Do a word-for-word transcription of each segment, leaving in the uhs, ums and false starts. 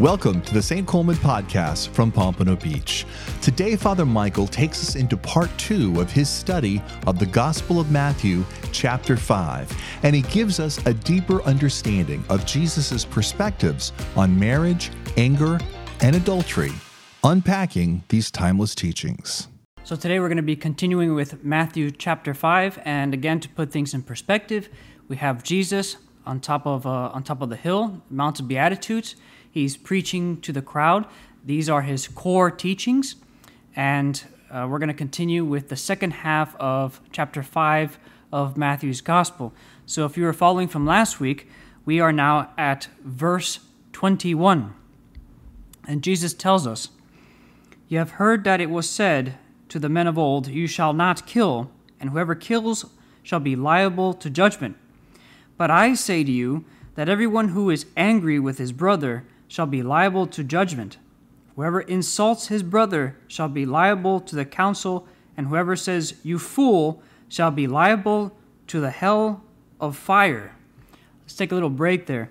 Welcome to the Saint Coleman Podcast from Pompano Beach. Today, Father Michael takes us into part two of his study of the Gospel of Matthew, chapter five, and he gives us a deeper understanding of Jesus' perspectives on marriage, anger, and adultery, unpacking these timeless teachings. So today we're going to be continuing with Matthew chapter five, and again, to put things in perspective, we have Jesus on top of uh, on top of the hill, Mount of Beatitudes. He's preaching to the crowd. These are his core teachings, and uh, we're going to continue with the second half of chapter five of Matthew's Gospel. So if you were following from last week, we are now at verse twenty-one, and Jesus tells us, "You have heard that it was said to the men of old, 'You shall not kill, and whoever kills shall be liable to judgment.' But I say to you that everyone who is angry with his brother shall be liable to judgment. Whoever insults his brother shall be liable to the council, and whoever says, 'You fool,' shall be liable to the hell of fire." Let's take a little break there.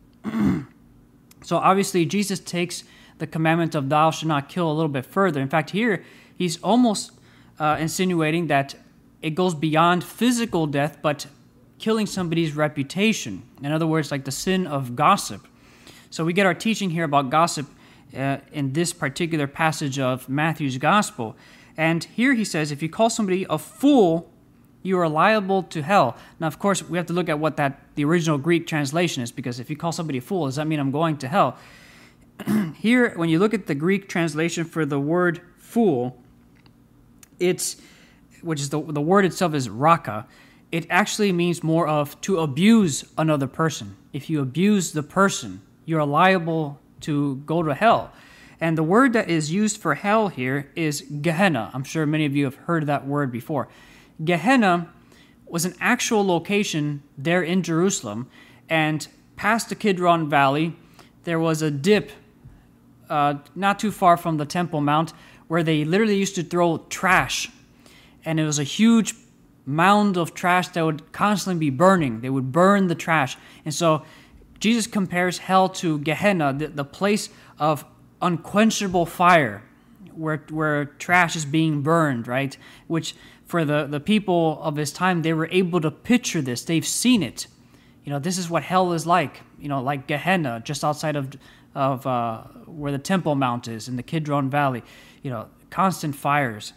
So obviously Jesus takes the commandment of thou shalt not kill a little bit further. In fact, here he's almost uh, insinuating that it goes beyond physical death, but killing somebody's reputation. In other words, like the sin of gossip. So we get our teaching here about gossip uh, in this particular passage of Matthew's Gospel. And here he says, if you call somebody a fool, you are liable to hell. Now, of course, we have to look at what that the original Greek translation is, because if you call somebody a fool, does that mean I'm going to hell? Here, when you look at the Greek translation for the word fool, it's, which is the, the word itself is raka, it actually means more of to abuse another person. If you abuse the person, you're liable to go to hell. And the word that is used for hell here is Gehenna. I'm sure many of you have heard that word before. Gehenna was an actual location there in Jerusalem, and past the Kidron Valley, there was a dip uh, not too far from the Temple Mount where they literally used to throw trash. And it was a huge mound of trash that would constantly be burning. They would burn the trash. And so Jesus compares hell to Gehenna, the, the place of unquenchable fire, where where trash is being burned, right? Which for the, the people of his time, they were able to picture this. They've seen it. You know, this is what hell is like, you know, like Gehenna, just outside of of uh, where the Temple Mount is in the Kidron Valley. You know, constant fires.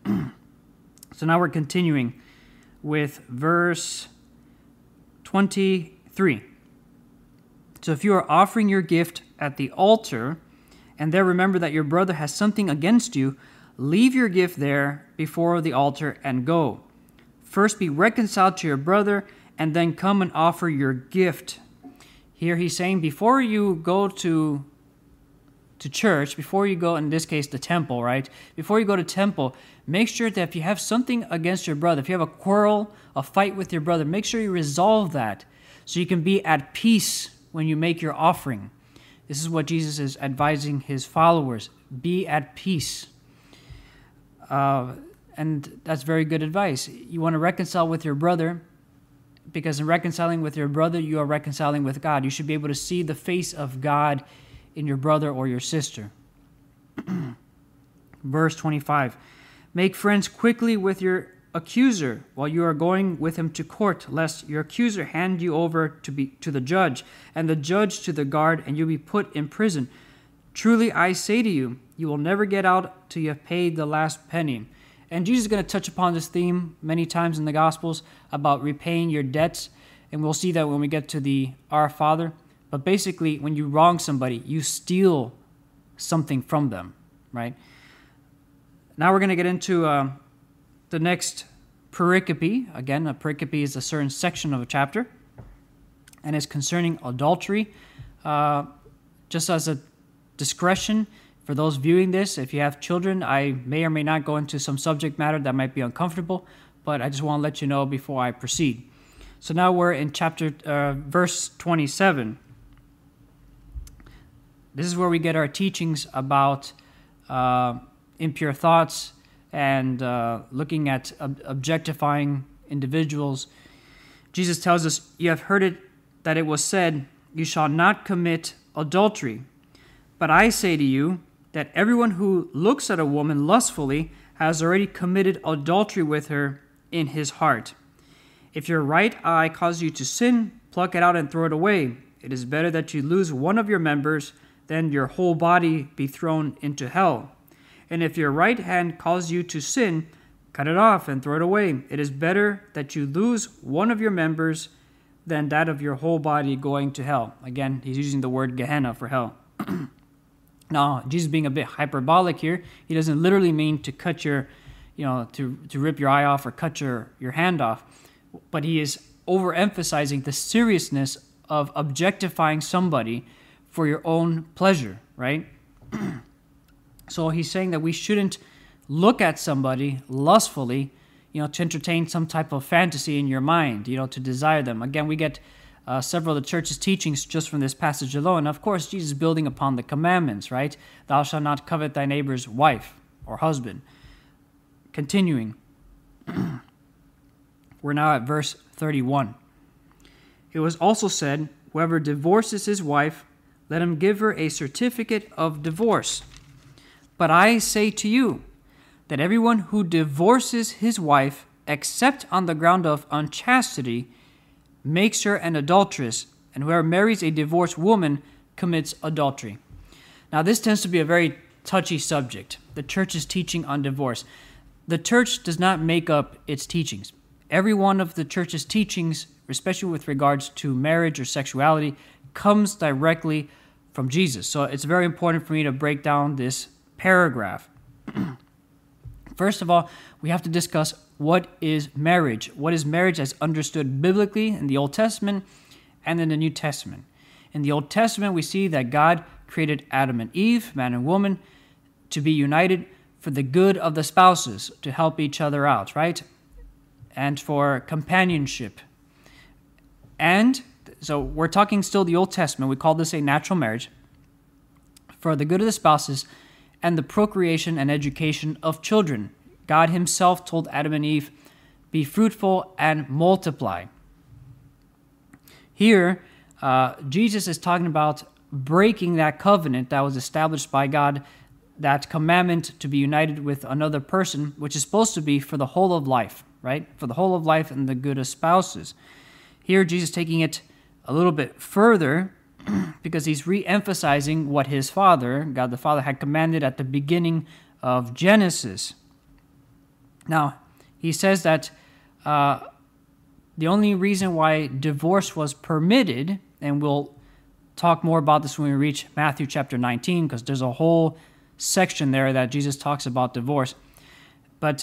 So now we're continuing with verse twenty-three. So if you are offering your gift at the altar, and there remember that your brother has something against you, leave your gift there before the altar and go. First be reconciled to your brother, and then come and offer your gift. Here he's saying before you go to to church, before you go, in this case, the temple, right? Before you go to temple, make sure that if you have something against your brother, if you have a quarrel, a fight with your brother, make sure you resolve that so you can be at peace when you make your offering. This is what Jesus is advising his followers. Be at peace. Uh, and that's very good advice. You want to reconcile with your brother, because in reconciling with your brother, you are reconciling with God. You should be able to see the face of God in your brother or your sister. Verse twenty-five. Make friends quickly with your accuser while you are going with him to court, lest your accuser hand you over to be to the judge, and the judge to the guard, and you be put in prison. Truly I say to you, you will never get out till you have paid the last penny. And Jesus is going to touch upon this theme many times in the Gospels about repaying your debts, and we'll see that when we get to the Our Father. But basically, when you wrong somebody, you steal something from them, right? Now we're going to get into uh, the next pericope. Again, a pericope is a certain section of a chapter, and it's concerning adultery. Uh, just as a discretion for those viewing this, if you have children, I may or may not go into some subject matter that might be uncomfortable, but I just want to let you know before I proceed. So now we're in chapter, uh, verse twenty-seven. This is where we get our teachings about uh, impure thoughts and uh, looking at ob- objectifying individuals. Jesus tells us, "You have heard it that it was said, 'You shall not commit adultery.' But I say to you that everyone who looks at a woman lustfully has already committed adultery with her in his heart. If your right eye causes you to sin, pluck it out and throw it away. It is better that you lose one of your members than your whole body be thrown into hell. And if your right hand causes you to sin, cut it off and throw it away. It is better that you lose one of your members than that of your whole body going to hell. Again, he's using the word Gehenna for hell. Now, Jesus being a bit hyperbolic here, he doesn't literally mean to cut your, you know, to, to rip your eye off or cut your, your hand off. But he is overemphasizing the seriousness of objectifying somebody for your own pleasure, right? So he's saying that we shouldn't look at somebody lustfully, you know, to entertain some type of fantasy in your mind, you know, to desire them. Again, we get uh, several of the church's teachings just from this passage alone. Of course, Jesus is building upon the commandments, right? Thou shalt not covet thy neighbor's wife or husband. Continuing, we're now at verse thirty-one. It was also said, whoever divorces his wife, let him give her a certificate of divorce. But I say to you that everyone who divorces his wife, except on the ground of unchastity, makes her an adulteress, and whoever marries a divorced woman commits adultery. Now, this tends to be a very touchy subject, the church's teaching on divorce. The church does not make up its teachings. Every one of the church's teachings, especially with regards to marriage or sexuality, comes directly from Jesus. So it's very important for me to break down this paragraph. First of all, we have to discuss what is marriage. What is marriage as understood biblically in the Old Testament and in the New Testament? In the Old Testament, we see that God created Adam and Eve, man and woman, to be united for the good of the spouses, to help each other out, right? And for companionship. And so we're talking still the Old Testament. We call this a natural marriage. For the good of the spouses and the procreation and education of children. God himself told Adam and Eve, be fruitful and multiply. Here, uh, Jesus is talking about breaking that covenant that was established by God, that commandment to be united with another person, which is supposed to be for the whole of life, right? For the whole of life and the good of spouses. Here, Jesus taking it a little bit further because he's re-emphasizing what his Father, God the Father, had commanded at the beginning of Genesis. Now, he says that uh, the only reason why divorce was permitted, and we'll talk more about this when we reach Matthew chapter nineteen, because there's a whole section there that Jesus talks about divorce. But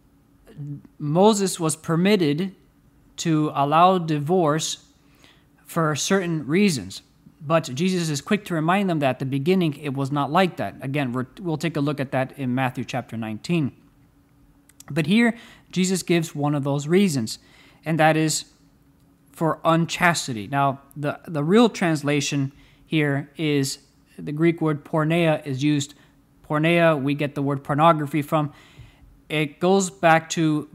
Moses was permitted to allow divorce for certain reasons. But Jesus is quick to remind them that at the beginning it was not like that. Again, we're, we'll take a look at that in Matthew chapter nineteen. But here, Jesus gives one of those reasons, and that is for unchastity. Now, the, the real translation here is the Greek word porneia is used. Porneia, we get the word pornography from. It goes back to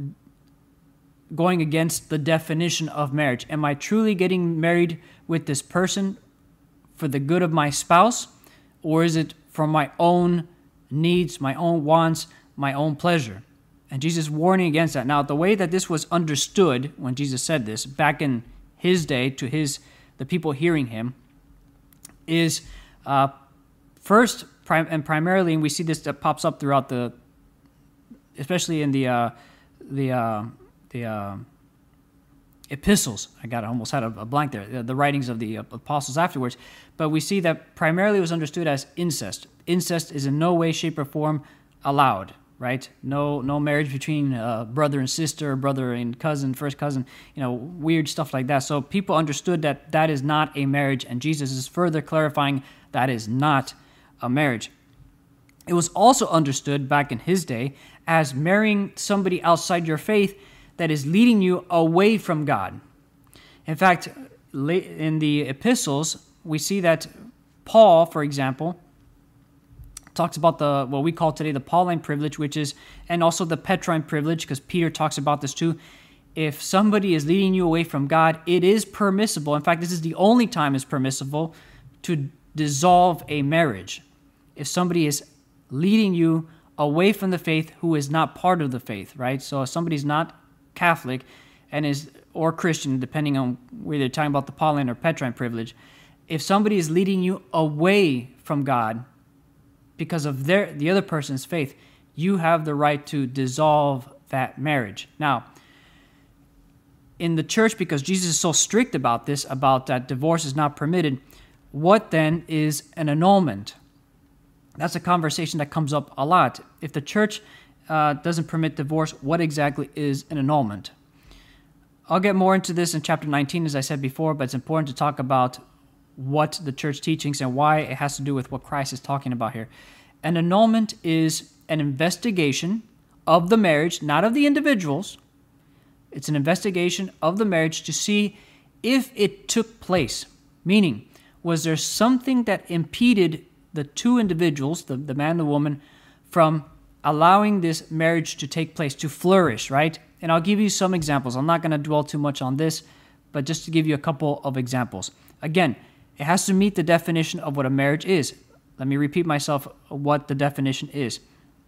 going against the definition of marriage. Am I truly getting married with this person for the good of my spouse, or is it for my own needs, my own wants, my own pleasure? And Jesus is warning against that. Now, the way that this was understood when Jesus said this, back in his day to his the people hearing him, is uh, first prim- and primarily, and we see this that pops up throughout the, especially in the uh, the uh, the uh, epistles. I got almost had a, a blank there. The, the writings of the apostles afterwards, but we see that primarily it was understood as incest. Incest is in no way, shape, or form allowed. Right? No no marriage between uh, brother and sister, brother and cousin, first cousin, you know, weird stuff like that. So people understood that that is not a marriage, and Jesus is further clarifying that is not a marriage. It was also understood back in his day as marrying somebody outside your faith that is leading you away from God. In fact, in the epistles, we see that Paul, for example, talks about the what we call today the Pauline privilege, which is, and also the Petrine privilege, because Peter talks about this too. If somebody is leading you away from God, it is permissible. In fact, this is the only time it's permissible to dissolve a marriage, if somebody is leading you away from the faith who is not part of the faith, right? So if somebody's not Catholic and is or Christian, depending on whether they're talking about the Pauline or Petrine privilege, if somebody is leading you away from God because of their the other person's faith, you have the right to dissolve that marriage. Now, in the church, because Jesus is so strict about this, about that divorce is not permitted, what then is an annulment? That's a conversation that comes up a lot. If the church uh, doesn't permit divorce, what exactly is an annulment? I'll get more into this in chapter nineteen, as I said before, but it's important to talk about what the church teachings and why it has to do with what Christ is talking about here. An annulment is an investigation of the marriage, not of the individuals. It's an investigation of the marriage to see if it took place. Meaning, was there something that impeded the two individuals, the, the man and the woman, from allowing this marriage to take place, to flourish, right? And I'll give you some examples. I'm not going to dwell too much on this, but just to give you a couple of examples. Again, it has to meet the definition of what a marriage is. Let me repeat myself what the definition is.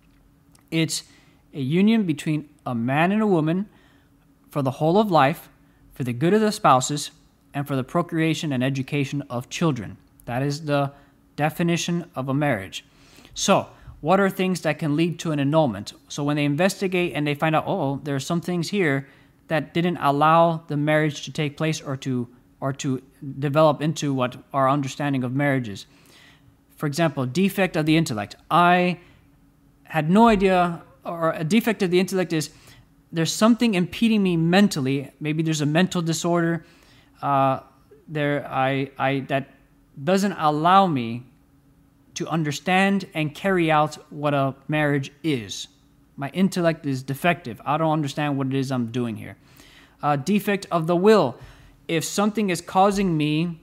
It's a union between a man and a woman for the whole of life, for the good of the spouses, and for the procreation and education of children. That is the definition of a marriage. So, what are things that can lead to an annulment? So when they investigate and they find out, oh, there are some things here that didn't allow the marriage to take place or to or to develop into what our understanding of marriage is. For example, defect of the intellect. I had no idea, or a defect of the intellect is there's something impeding me mentally. Maybe there's a mental disorder uh, there I I that doesn't allow me to understand and carry out what a marriage is. My intellect is defective. I don't understand what it is I'm doing here. Uh, defect of the will. If something is causing me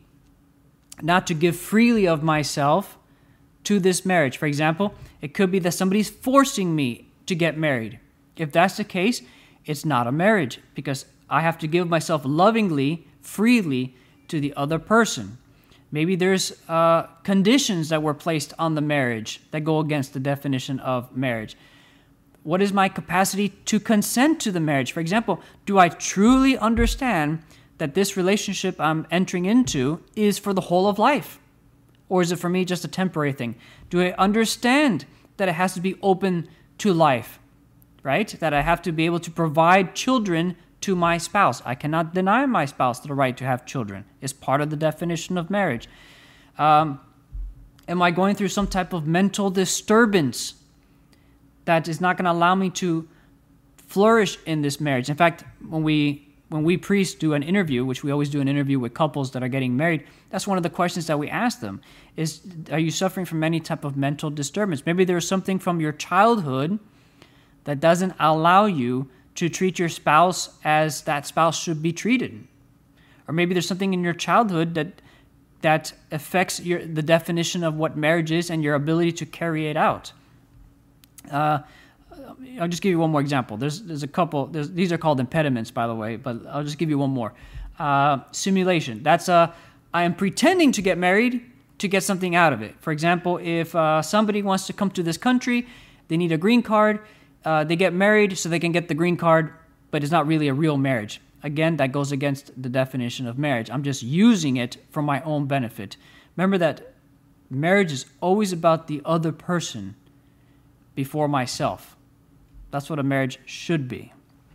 not to give freely of myself to this marriage, for example, it could be that somebody's forcing me to get married. If that's the case, it's not a marriage because I have to give myself lovingly, freely to the other person. Maybe there's uh, conditions that were placed on the marriage that go against the definition of marriage. What is my capacity to consent to the marriage? For example, do I truly understand that this relationship I'm entering into is for the whole of life? Or is it for me just a temporary thing? Do I understand that it has to be open to life, right? That I have to be able to provide children to my spouse. I cannot deny my spouse the right to have children. It's part of the definition of marriage. Um, am I going through some type of mental disturbance that is not going to allow me to flourish in this marriage? In fact, when we when we priests do an interview, which we always do an interview with couples that are getting married, that's one of the questions that we ask them is, are you suffering from any type of mental disturbance? Maybe there's something from your childhood that doesn't allow you to treat your spouse as that spouse should be treated. Or maybe there's something in your childhood that that affects your the definition of what marriage is and your ability to carry it out. Uh, I'll just give you one more example. There's there's a couple. There's, these are called impediments, by the way, but I'll just give you one more. Uh, simulation. That's a I am pretending to get married to get something out of it. For example, if uh, somebody wants to come to this country, they need a green card. Uh, they get married so they can get the green card, but it's not really a real marriage. Again, that goes against the definition of marriage. I'm just using it for my own benefit. Remember that marriage is always about the other person before myself. That's what a marriage should be.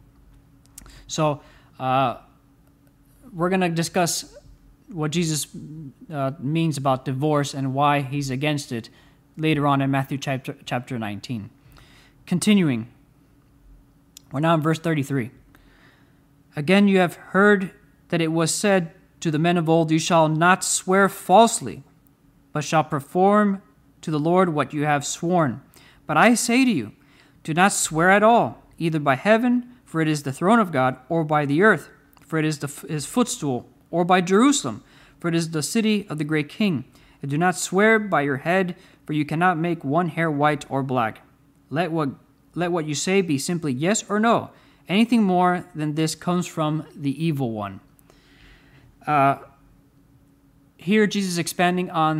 So uh, we're going to discuss what Jesus uh, means about divorce and why he's against it later on in Matthew chapter, chapter nineteen. Continuing, we're now in verse thirty-three. Again, you have heard that it was said to the men of old, you shall not swear falsely, but shall perform to the Lord what you have sworn. But I say to you, do not swear at all, either by heaven, for it is the throne of God, or by the earth, for it is the, his footstool, or by Jerusalem, for it is the city of the great king. And do not swear by your head, for you cannot make one hair white or black. Let what let what you say be simply yes or no. Anything more than this comes from the evil one. Uh, here, Jesus is expanding on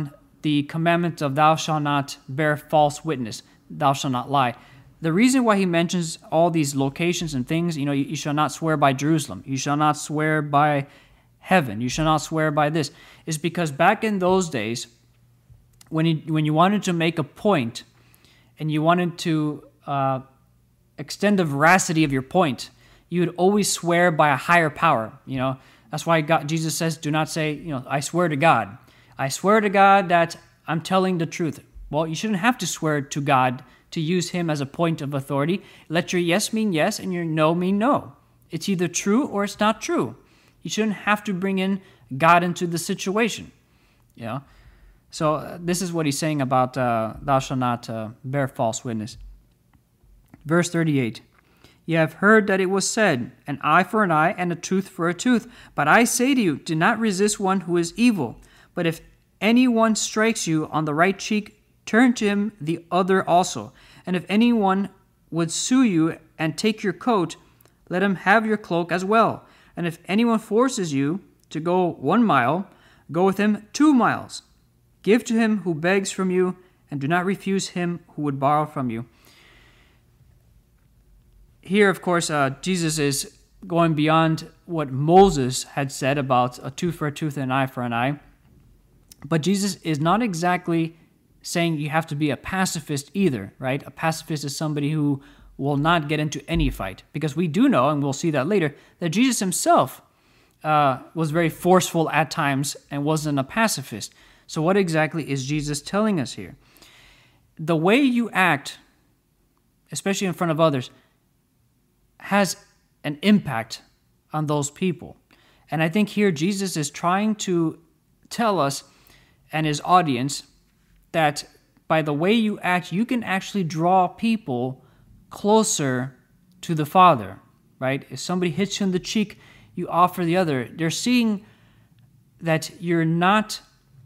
the commandment of thou shalt not bear false witness, thou shalt not lie. The reason why he mentions all these locations and things, you know, you, you shall not swear by Jerusalem, you shall not swear by heaven, you shall not swear by this, is because back in those days, when you, when you wanted to make a point and you wanted to uh, extend the veracity of your point, you would always swear by a higher power. You know, that's why God, Jesus says, do not say, you know, I swear to God. I swear to God that I'm telling the truth. Well, you shouldn't have to swear to God to use him as a point of authority. Let your yes mean yes and your no mean no. It's either true or it's not true. You shouldn't have to bring in God into the situation. You know? So uh, this is what he's saying about uh, thou shalt not uh, bear false witness. Verse thirty-eight. Ye have heard that it was said, an eye for an eye and a tooth for a tooth. But I say to you, do not resist one who is evil. But if anyone strikes you on the right cheek, turn to him the other also. And if anyone would sue you and take your coat, let him have your cloak as well. And if anyone forces you to go one mile, go with him two miles. Give to him who begs from you, and do not refuse him who would borrow from you. Here, of course, uh, Jesus is going beyond what Moses had said about a tooth for a tooth and an eye for an eye. But Jesus is not exactly saying you have to be a pacifist either, right? A pacifist is somebody who will not get into any fight. Because we do know, and we'll see that later, that Jesus himself uh, was very forceful at times and wasn't a pacifist. So what exactly is Jesus telling us here? The way you act, especially in front of others, has an impact on those people. And I think here Jesus is trying to tell us and his audience that by the way you act, you can actually draw people closer to the Father, right? If somebody hits you in the cheek, you offer the other. They're seeing that you're not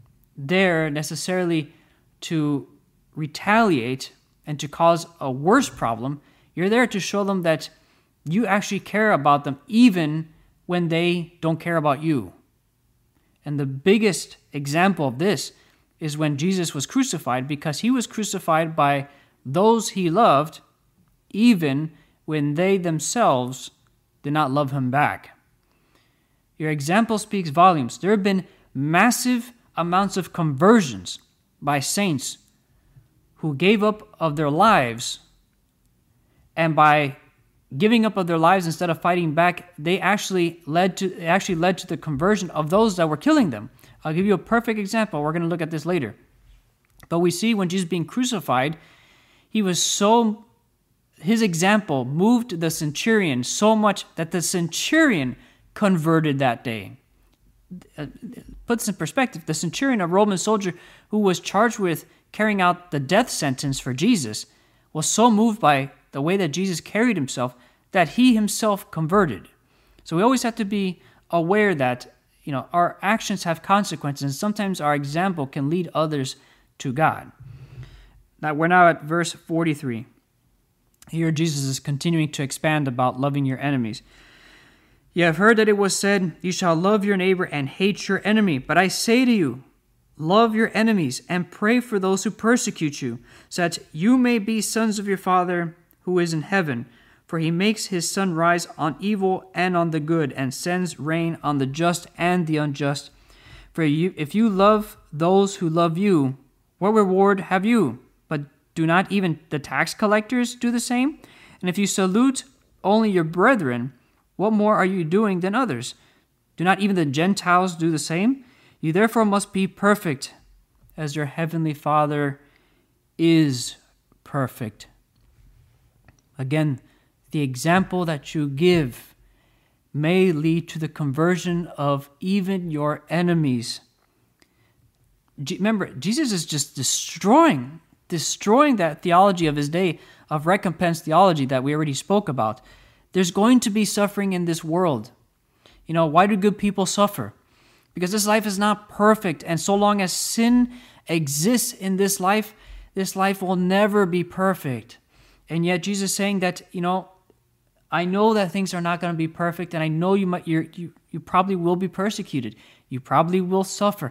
there necessarily to retaliate and to cause a worse problem. You're there to show them that you actually care about them even when they don't care about you. And the biggest example of this is when Jesus was crucified, because he was crucified by those he loved, even when they themselves did not love him back. Your example speaks volumes. There have been massive amounts of conversions by saints who gave up of their lives, and by giving up of their lives instead of fighting back, they actually led to it actually led to the conversion of those that were killing them. I'll give you a perfect example. We're going to look at this later. But we see when Jesus being crucified, he was so, his example moved the centurion so much that the centurion converted that day. Uh, put this in perspective. The centurion, a Roman soldier who was charged with carrying out the death sentence for Jesus, was so moved by the way that Jesus carried himself that he himself converted. So we always have to be aware that, you know, our actions have consequences, and sometimes our example can lead others to God. Now we're now at verse forty-three. Here Jesus is continuing to expand about loving your enemies. You have heard that it was said, you shall love your neighbor and hate your enemy. But I say to you, love your enemies and pray for those who persecute you, so that you may be sons of your Father who is in heaven. For he makes his sun rise on evil and on the good, and sends rain on the just and the unjust. For you, if you love those who love you, what reward have you? But do not even the tax collectors do the same? And if you salute only your brethren, what more are you doing than others? Do not even the Gentiles do the same? You therefore must be perfect, as your heavenly Father is perfect. Again, the example that you give may lead to the conversion of even your enemies. Remember, Jesus is just destroying, destroying that theology of his day, of recompense theology that we already spoke about. There's going to be suffering in this world. You know, why do good people suffer? Because this life is not perfect, and so long as sin exists in this life, this life will never be perfect. And yet Jesus is saying that, you know, I know that things are not going to be perfect, and I know you might, you're, you you probably will be persecuted. You probably will suffer.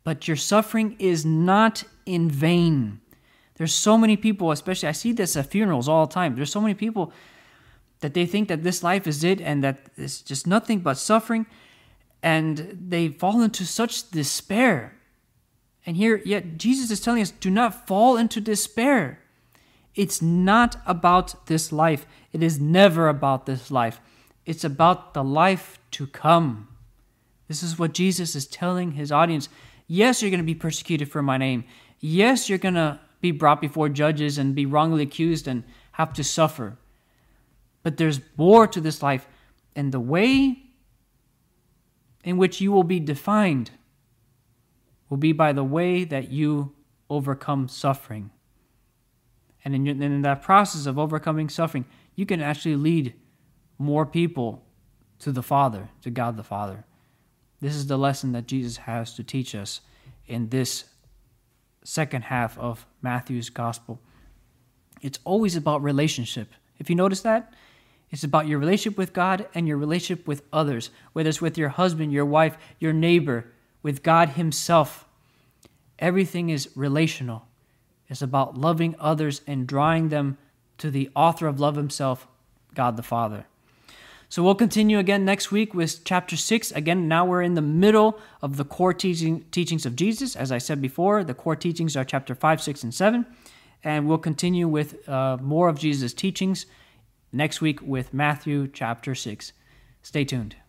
but your suffering is not in vain. There's so many people, especially I see this at funerals all the time. There's so many people that they think that this life is it and that it's just nothing but suffering, and they fall into such despair. And here, yet Jesus is telling us, do not fall into despair. It's not about this life. It is never about this life. It's about the life to come. This is what Jesus is telling his audience. Yes, you're going to be persecuted for my name. Yes, you're going to be brought before judges and be wrongly accused and have to suffer. But there's more to this life, and the way in which you will be defined will be by the way that you overcome suffering. And in, in that process of overcoming suffering, you can actually lead more people to the Father, to God the Father. This is the lesson that Jesus has to teach us in this second half of Matthew's gospel. It's always about relationship. If you notice that, it's about your relationship with God and your relationship with others, whether it's with your husband, your wife, your neighbor, with God himself. Everything is relational. It's about loving others and drawing them to the author of love himself, God the Father. So we'll continue again next week with chapter six. Again, now we're in the middle of the core teaching, teachings of Jesus. As I said before, the core teachings are chapter five, six, and seven. And we'll continue with uh, more of Jesus' teachings next week with Matthew chapter six. Stay tuned.